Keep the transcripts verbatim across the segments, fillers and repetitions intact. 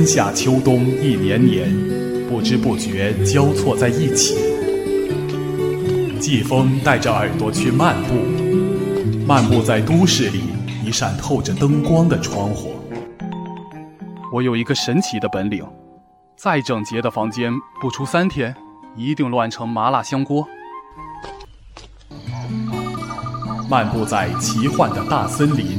春夏秋冬一年年，不知不觉交错在一起。季风带着耳朵去漫步，漫步在都市里一扇透着灯光的窗户。 我有一个神奇的本领，再整洁的房间不出三天一定乱成麻辣香锅。 漫步在奇幻的大森林。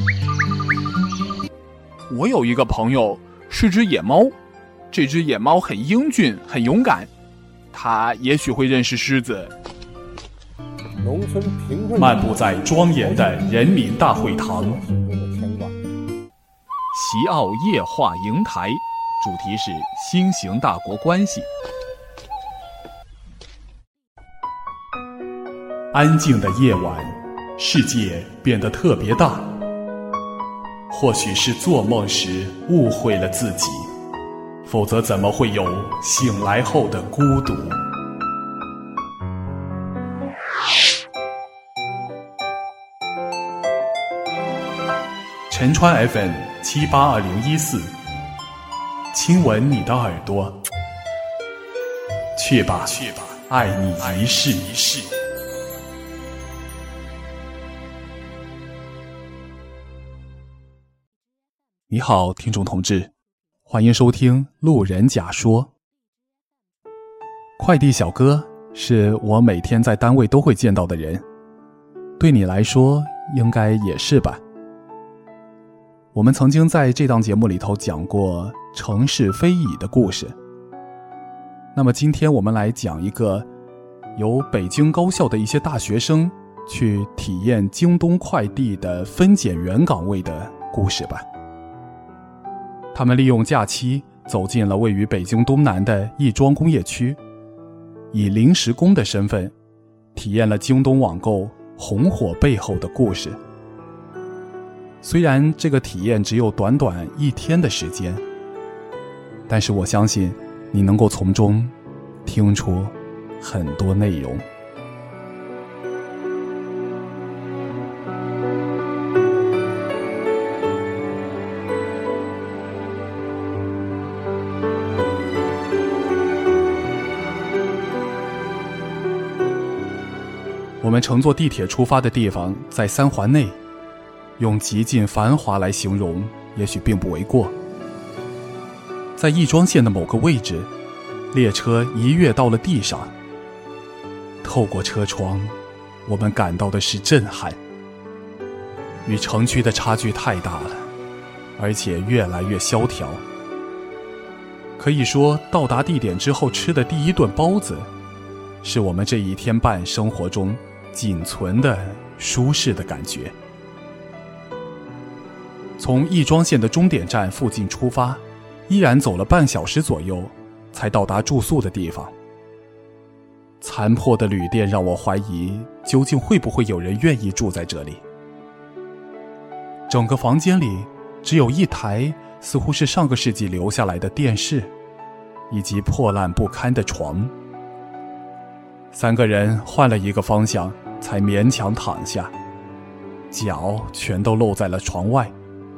我有一个朋友是只野猫，这只野猫很英俊很勇敢，它也许会认识狮子。 农村贫困漫步在庄严的人民大会堂。 席奥夜话营台，主题是新型大国关系。 安静的夜晚，世界变得特别大。或许是做梦时误会了自己，否则怎么会有醒来后的孤独？陈川 F M 七八二零一四，亲吻你的耳朵，去吧去吧，爱你一世一世。 你好，听众同志，欢迎收听路人甲说。快递小哥是我每天在单位都会见到的人，对你来说应该也是吧。我们曾经在这档节目里头讲过城市非遗的故事，那么今天我们来讲一个由北京高校的一些大学生去体验京东快递的分拣员岗位的故事吧。他们利用假期走进了位于北京东南的亦庄工业区，以临时工的身份体验了京东网购红火背后的故事。虽然这个体验只有短短一天的时间，但是我相信你能够从中听出很多内容。我们乘坐地铁出发的地方在三环内，用极尽繁华来形容也许并不为过。在亦庄线的某个位置，列车一跃到了地上。透过车窗，我们感到的是震撼。与城区的差距太大了，而且越来越萧条。可以说，到达地点之后吃的第一顿包子，是我们这一天半生活中仅存的舒适的感觉。从亦庄线的终点站附近出发，依然走了半小时左右，才到达住宿的地方。残破的旅店让我怀疑，究竟会不会有人愿意住在这里。整个房间里只有一台似乎是上个世纪留下来的电视，以及破烂不堪的床。三个人换了一个方向才勉强躺下，脚全都露在了床外。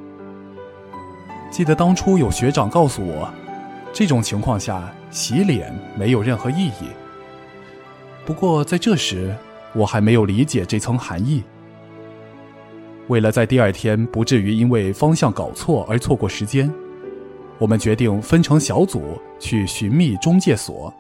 记得当初有学长告诉我，这种情况下洗脸没有任何意义。不过在这时，我还没有理解这层含义。为了在第二天不至于因为方向搞错而错过时间，我们决定分成小组去寻觅中介所。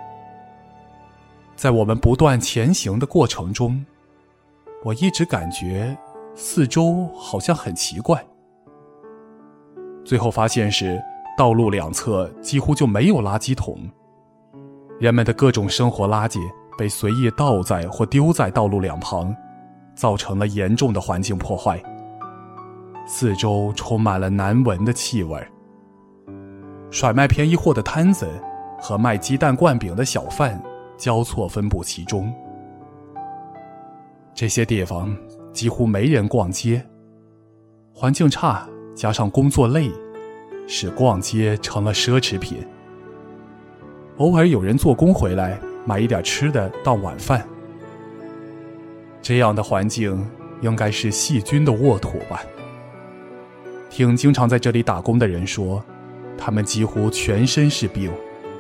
在我们不断前行的过程中，我一直感觉四周好像很奇怪。最后发现是道路两侧几乎就没有垃圾桶，人们的各种生活垃圾被随意倒在或丢在道路两旁，造成了严重的环境破坏。四周充满了难闻的气味，甩卖便宜货的摊子和卖鸡蛋灌饼的小贩交错分布其中。这些地方几乎没人逛街，环境差加上工作累，使逛街成了奢侈品。偶尔有人做工回来买一点吃的当晚饭。这样的环境应该是细菌的沃土吧。听经常在这里打工的人说， 他们几乎全身是病。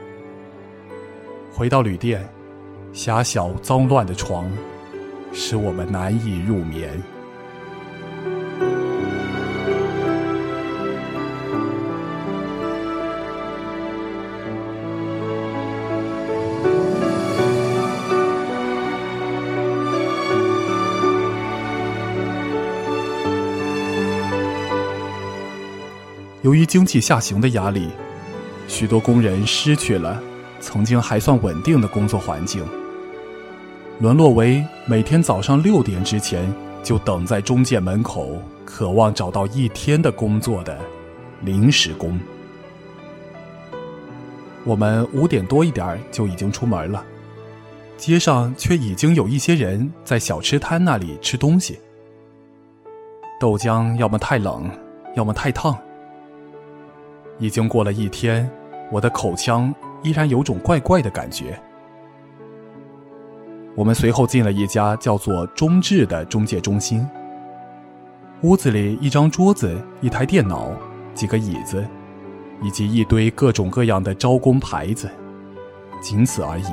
回到旅店，狭小脏乱的床使我们难以入眠。由于经济下行的压力，许多工人失去了曾经还算稳定的工作环境，沦落为每天早上六点之前就等在中介门口，渴望找到一天的工作的临时工。我们五点多一点就已经出门了，街上却已经有一些人在小吃摊那里吃东西。豆浆要么太冷，要么太烫。已经过了一天，我的口腔依然有种怪怪的感觉。我们随后进了一家叫做中智的中介中心。屋子里一张桌子、一台电脑、几个椅子，以及一堆各种各样的招工牌子，仅此而已。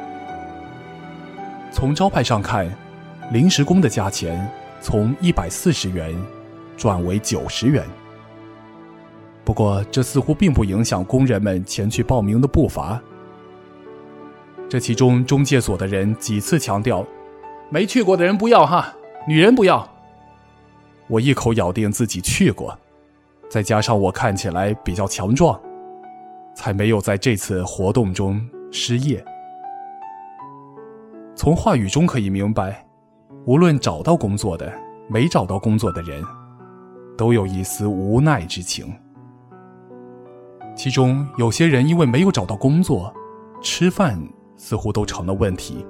从招牌上看，临时工的价钱从一百四十元转为九十元。不过这似乎并不影响工人们前去报名的步伐。这其中中介所的人几次强调，没去过的人不要哈，女人不要。我一口咬定自己去过，再加上我看起来比较强壮，才没有在这次活动中失业。从话语中可以明白，无论找到工作的没找到工作的人，都有一丝无奈之情。其中有些人因为没有找到工作，吃饭似乎都成了问题。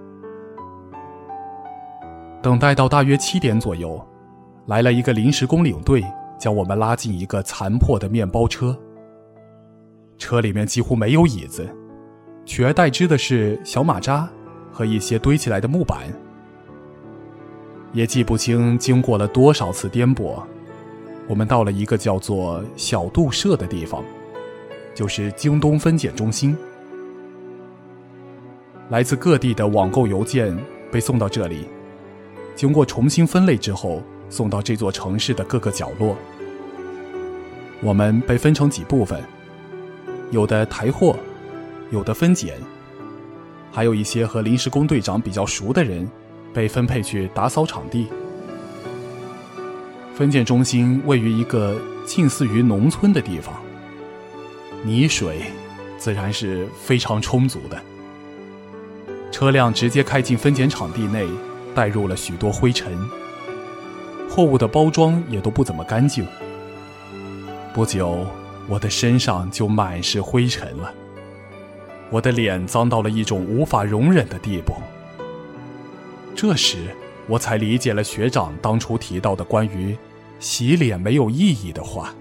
等待到大约七点左右，来了一个临时工领队，将我们拉进一个残破的面包车。车里面几乎没有椅子，取而代之的是小马扎和一些堆起来的木板。也记不清经过了多少次颠簸，我们到了一个叫做小杜社的地方，就是京东分拣中心。来自各地的网购邮件被送到这里，经过重新分类之后，送到这座城市的各个角落。我们被分成几部分，有的抬货，有的分拣，还有一些和临时工队长比较熟的人被分配去打扫场地。分拣中心位于一个近似于农村的地方，泥水自然是非常充足的。车辆直接开进分拣场地内，带入了许多灰尘，货物的包装也都不怎么干净。不久，我的身上就满是灰尘了，我的脸脏到了一种无法容忍的地步。这时，我才理解了学长当初提到的关于洗脸没有意义的话。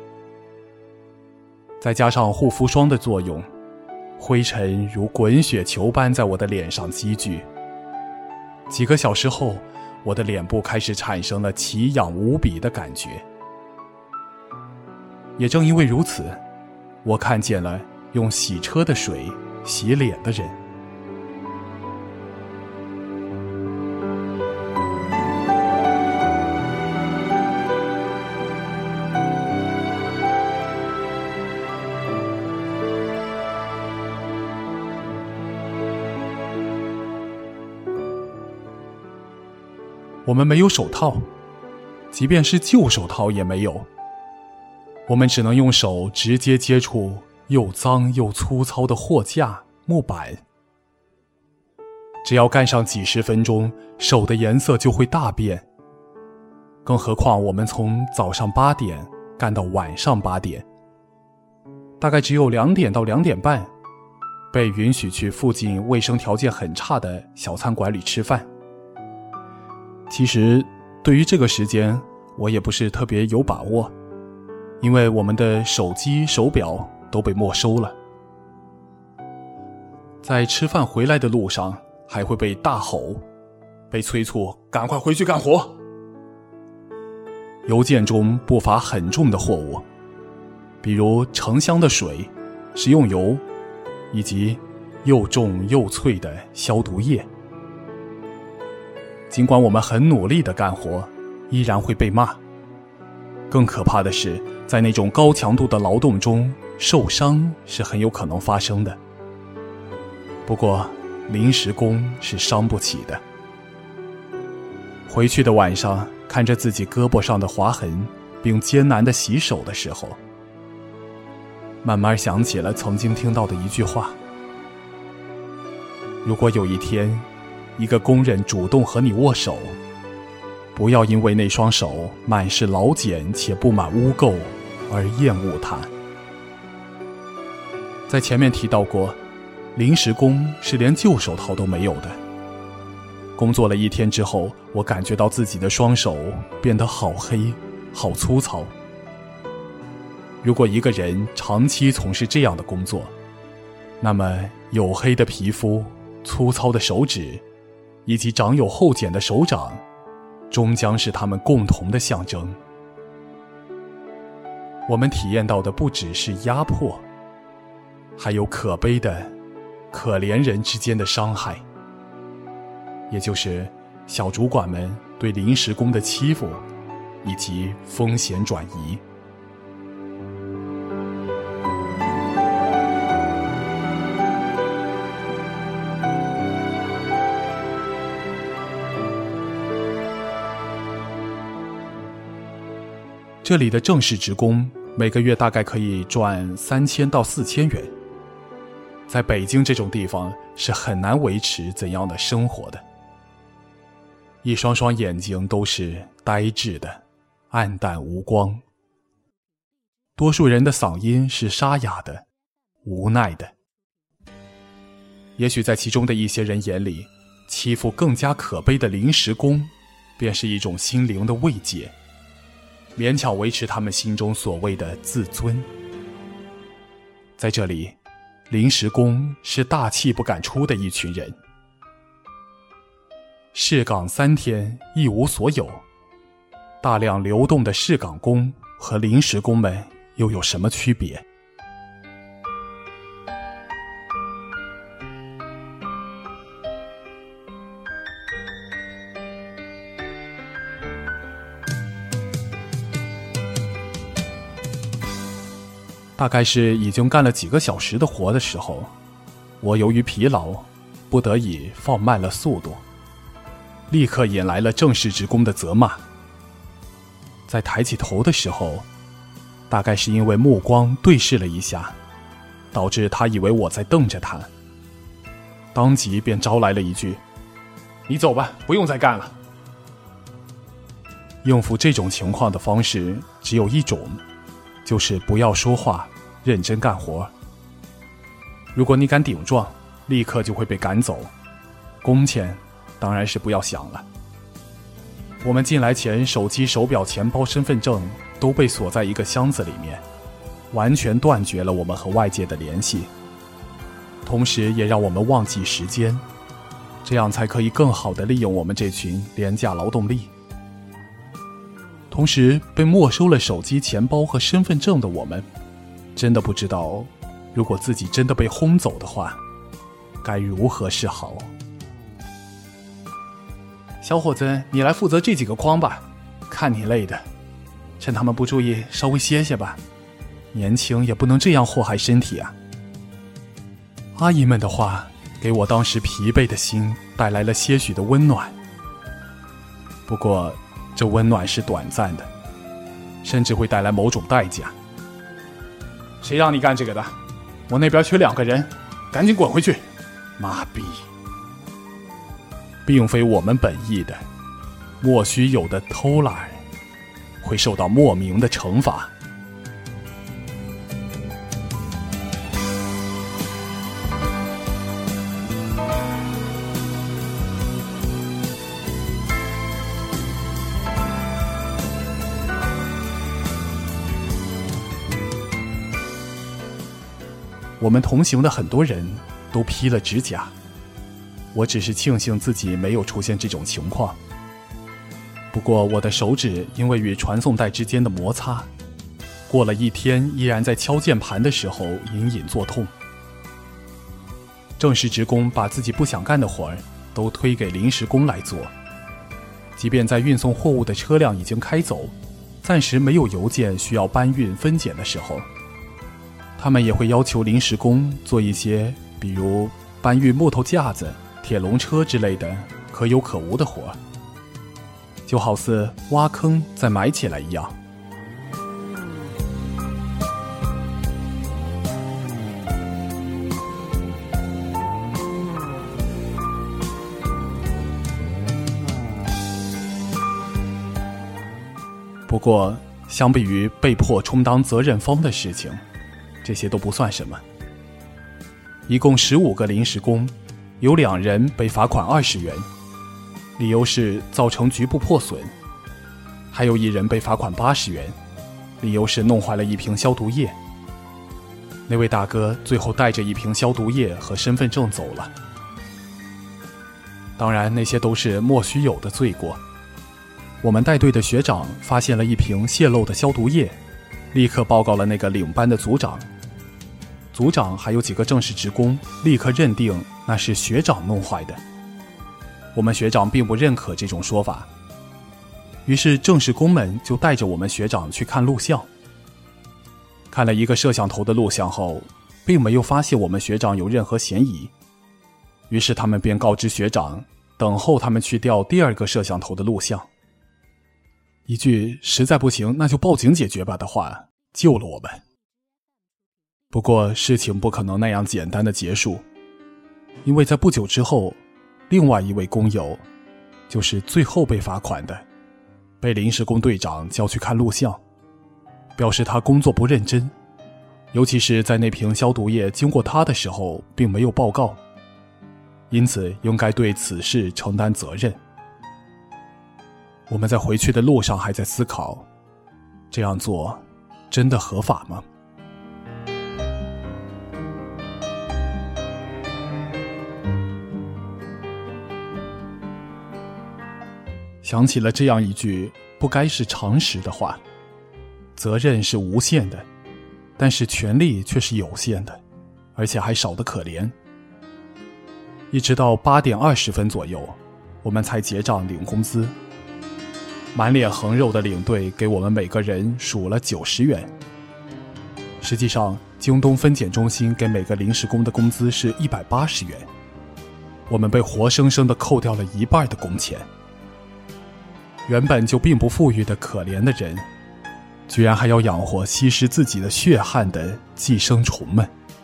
再加上护肤霜的作用，灰尘如滚雪球般在我的脸上积聚。几个小时后，我的脸部开始产生了奇痒无比的感觉。也正因为如此，我看见了用洗车的水洗脸的人。我们没有手套，即便是旧手套也没有。我们只能用手直接接触又脏又粗糙的货架、木板。只要干上几十分钟，手的颜色就会大变。更何况我们从早上八点干到晚上八点，大概只有两点到两点半，被允许去附近卫生条件很差的小餐馆里吃饭。其实对于这个时间我也不是特别有把握，因为我们的手机手表都被没收了。在吃饭回来的路上还会被大吼，被催促赶快回去干活。邮件中不乏很重的货物， 比如成箱的水、食用油，以及又重又脆的消毒液。尽管我们很努力地干活，依然会被骂。更可怕的是，在那种高强度的劳动中，受伤是很有可能发生的。不过，临时工是伤不起的。回去的晚上，看着自己胳膊上的划痕，并艰难地洗手的时候，慢慢想起了曾经听到的一句话：如果有一天，一个工人主动和你握手，不要因为那双手满是老茧且布满污垢而厌恶它。在前面提到过，临时工是连旧手套都没有的。工作了一天之后，我感觉到自己的双手变得好黑、好粗糙。如果一个人长期从事这样的工作，那么黝黑的皮肤、粗糙的手指，以及长有厚茧的手掌，终将是他们共同的象征。我们体验到的不只是压迫，还有可悲的、可怜人之间的伤害，也就是小主管们对临时工的欺负，以及风险转移。这里的正式职工每个月大概可以赚三千到四千元，在北京这种地方是很难维持怎样的生活的。一双双眼睛都是呆滞的，暗淡无光。多数人的嗓音是沙哑的，无奈的。也许在其中的一些人眼里，欺负更加可悲的临时工，便是一种心灵的慰藉，勉强维持他们心中所谓的自尊。在这里，临时工是大气不敢出的一群人。市岗三天一无所有，大量流动的市岗工和临时工们又有什么区别？大概是已经干了几个小时的活的时候，我由于疲劳，不得已放慢了速度，立刻引来了正式职工的责骂。在抬起头的时候，大概是因为目光对视了一下，导致他以为我在瞪着他，当即便招来了一句：“你走吧，不用再干了。”应付这种情况的方式只有一种，就是不要说话，认真干活。如果你敢顶撞，立刻就会被赶走，工钱当然是不要想了。我们进来前，手机、手表、钱包、身份证都被锁在一个箱子里面，完全断绝了我们和外界的联系，同时也让我们忘记时间，这样才可以更好地利用我们这群廉价劳动力。同时被没收了手机、钱包和身份证的我们，真的不知道，如果自己真的被轰走的话，该如何是好。小伙子，你来负责这几个筐吧，看你累的，趁他们不注意稍微歇歇吧，年轻也不能这样祸害身体啊。阿姨们的话给我当时疲惫的心带来了些许的温暖，不过这温暖是短暂的，甚至会带来某种代价。谁让你干这个的？我那边缺两个人，赶紧滚回去！妈逼！并非我们本意的，莫须有的偷懒会受到莫名的惩罚。我们同行的很多人都披了指甲，我只是庆幸自己没有出现这种情况。不过我的手指因为与传送带之间的摩擦， 过了一天依然在敲键盘的时候隐隐作痛。正式职工把自己不想干的活儿都推给临时工来做，即便在运送货物的车辆已经开走，暂时没有邮件需要搬运分拣的时候，他们也会要求临时工做一些比如搬运木头架子、铁笼车之类的可有可无的活儿，就好似挖坑再埋起来一样。不过，相比于被迫充当责任方的事情，这些都不算什么。一共十五个临时工，有两人被罚款二十元，理由是造成局部破损；还有一人被罚款八十元，理由是弄坏了一瓶消毒液。那位大哥最后带着一瓶消毒液和身份证走了。当然，那些都是莫须有的罪过。我们带队的学长发现了一瓶泄漏的消毒液，立刻报告了那个领班的组长。组长还有几个正式职工立刻认定那是学长弄坏的。我们学长并不认可这种说法，于是正式工们就带着我们学长去看录像。看了一个摄像头的录像后，并没有发现我们学长有任何嫌疑，于是他们便告知学长，等候他们去调第二个摄像头的录像。一句实在不行那就报警解决吧的话救了我们。不过事情不可能那样简单的结束，因为在不久之后，另外一位工友，就是最后被罚款的，被临时工队长叫去看录像，表示他工作不认真，尤其是在那瓶消毒液经过他的时候并没有报告，因此应该对此事承担责任。我们在回去的路上还在思考，这样做真的合法吗？想起了这样一句不该是常识的话：责任是无限的，但是权利却是有限的，而且还少得可怜。一直到八点二十分左右，我们才结账领工资。满脸横肉的领队给我们每个人数了九十元。实际上，京东分拣中心给每个临时工的工资是一百八十元，我们被活生生地扣掉了一半的工钱。原本就并不富裕的可怜的人，居然还要养活吸食自己的血汗的寄生虫们。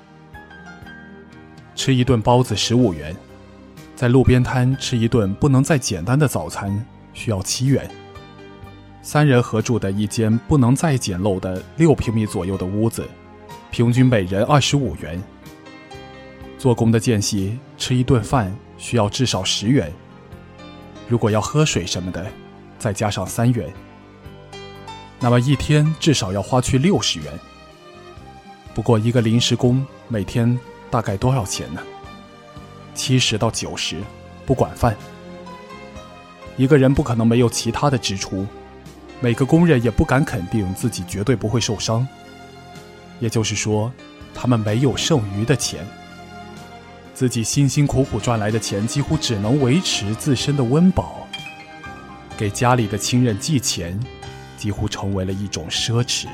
吃一顿包子十五元，在路边摊吃一顿不能再简单的早餐需要七元。三人合住的一间不能再简陋的六平米左右的屋子，平均每人二十五元。做工的间隙吃一顿饭需要至少十元，如果要喝水什么的，再加上三元，那么一天至少要花去六十元。不过一个临时工每天大概多少钱呢？七十到九十，不管饭。一个人不可能没有其他的支出，每个工人也不敢肯定自己绝对不会受伤，也就是说，他们没有剩余的钱。自己辛辛苦苦赚来的钱几乎只能维持自身的温饱，给家里的亲人寄钱几乎成为了一种奢侈。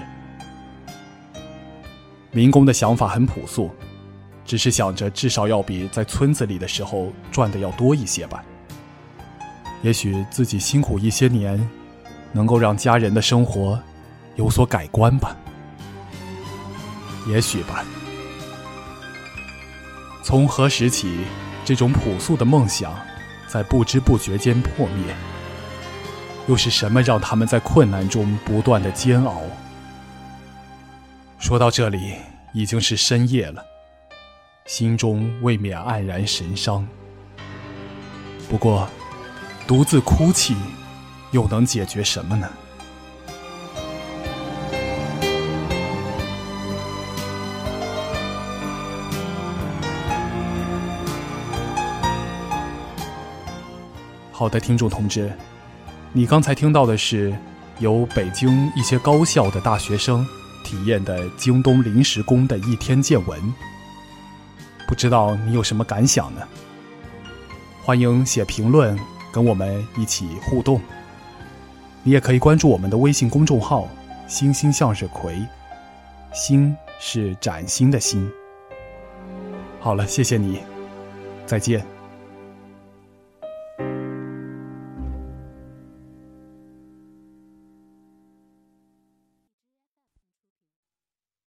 民工的想法很朴素，只是想着至少要比在村子里的时候赚的要多一些吧。也许自己辛苦一些年，能够让家人的生活有所改观吧。也许吧。从何时起，这种朴素的梦想在不知不觉间破灭？又是什么让他们在困难中不断的煎熬？说到这里，已经是深夜了，心中未免黯然神伤。不过，独自哭泣又能解决什么呢？好的，听众同志，你刚才听到的是由北京一些高校的大学生体验的京东临时工的一天见闻。不知道你有什么感想呢？欢迎写评论跟我们一起互动。你也可以关注我们的微信公众号星星向日葵，星是崭新的星。好了，谢谢你，再见。